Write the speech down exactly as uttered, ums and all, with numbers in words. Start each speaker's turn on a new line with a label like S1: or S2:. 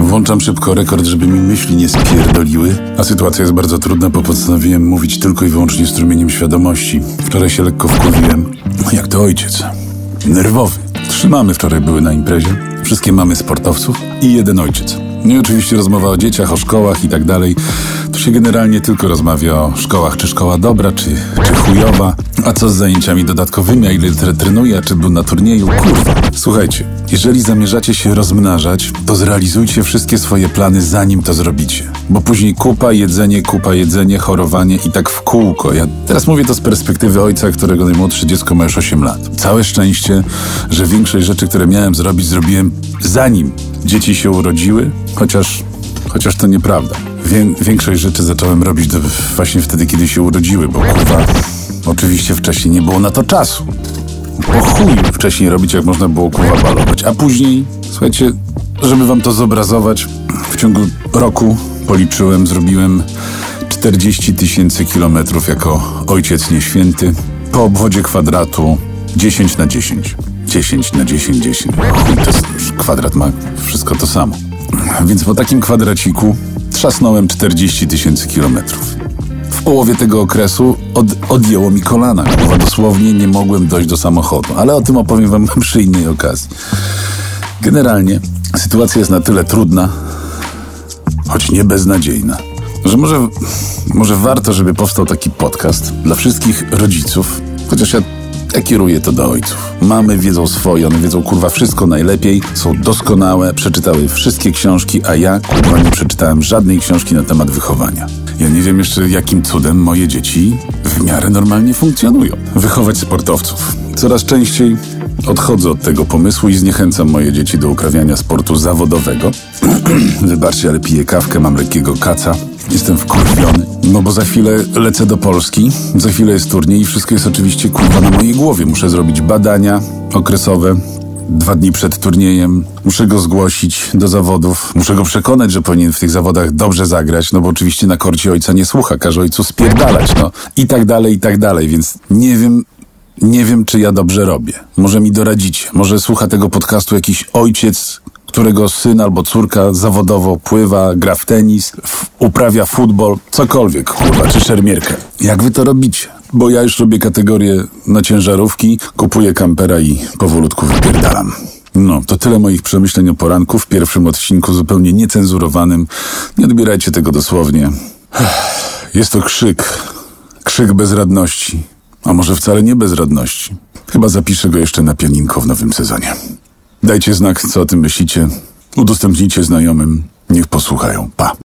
S1: Włączam szybko rekord, żeby mi myśli nie spierdoliły, a sytuacja jest bardzo trudna, bo postanowiłem mówić tylko i wyłącznie strumieniem świadomości. Wczoraj się lekko wkurwiłem, jak to ojciec. Nerwowy. Trzy mamy wczoraj były na imprezie, wszystkie mamy sportowców i jeden ojciec. No i oczywiście rozmowa o dzieciach, o szkołach i tak dalej. Tu się generalnie tylko rozmawia o szkołach, czy szkoła dobra, czy, czy chujowa. A co z zajęciami dodatkowymi, a ile trenuje, a czy był na turnieju? Kurwa. Słuchajcie, jeżeli zamierzacie się rozmnażać, to zrealizujcie wszystkie swoje plany, zanim to zrobicie. Bo później kupa, jedzenie, kupa, jedzenie, chorowanie i tak w kółko. Ja teraz mówię to z perspektywy ojca, którego najmłodsze dziecko ma już osiem lat. Całe szczęście, że większość rzeczy, które miałem zrobić, zrobiłem zanim dzieci się urodziły, chociaż, chociaż to nieprawda. Wię, większość rzeczy zacząłem robić do, właśnie wtedy, kiedy się urodziły, bo kurwa, oczywiście wcześniej nie było na to czasu. Po chuj wcześniej robić, jak można było kurwa balować. A później, słuchajcie, żeby wam to zobrazować, w ciągu roku policzyłem, zrobiłem czterdzieści tysięcy kilometrów jako ojciec nieświęty. Po obwodzie kwadratu dziesięć na dziesięć. dziesięć na dziesięć, dziesięć. Chuj, to jest, kwadrat ma wszystko to samo. Więc po takim kwadraciku trzasnąłem czterdzieści tysięcy kilometrów. W połowie tego okresu od, odjęło mi kolana. Kurwa, dosłownie nie mogłem dojść do samochodu. Ale o tym opowiem wam przy innej okazji. Generalnie sytuacja jest na tyle trudna, choć nie beznadziejna, że może, może warto, żeby powstał taki podcast dla wszystkich rodziców, chociaż ja Ja kieruję to do ojców. Mamy wiedzą swoje, one wiedzą kurwa wszystko najlepiej, są doskonałe, przeczytały wszystkie książki, a ja kurwa nie przeczytałem żadnej książki na temat wychowania. Ja nie wiem jeszcze, jakim cudem moje dzieci w miarę normalnie funkcjonują. Wychować sportowców. Coraz częściej odchodzę od tego pomysłu i zniechęcam moje dzieci do uprawiania sportu zawodowego. Wybaczcie, ale piję kawkę, mam lekkiego kaca. Jestem wkurwiony, no bo za chwilę lecę do Polski, za chwilę jest turniej i wszystko jest oczywiście kurwa na mojej głowie. Muszę zrobić badania okresowe dwa dni przed turniejem, muszę go zgłosić do zawodów, muszę go przekonać, że powinien w tych zawodach dobrze zagrać, no bo oczywiście na korcie ojca nie słucha, każe ojcu spierdalać, no i tak dalej, i tak dalej, więc nie wiem, nie wiem, czy ja dobrze robię. Może mi doradzicie, może słucha tego podcastu jakiś ojciec, którego syn albo córka zawodowo pływa, gra w tenis, w, uprawia futbol, cokolwiek, kurwa, czy szermierkę. Jak wy to robicie? Bo ja już robię kategorię na ciężarówki, kupuję kampera i powolutku wypierdalam. No, to tyle moich przemyśleń o poranku w pierwszym odcinku, zupełnie niecenzurowanym. Nie odbierajcie tego dosłownie. Jest to krzyk. Krzyk bezradności. A może wcale nie bezradności. Chyba zapiszę go jeszcze na pianinko w nowym sezonie. Dajcie znak, co o tym myślicie. Udostępnijcie znajomym. Niech posłuchają. Pa.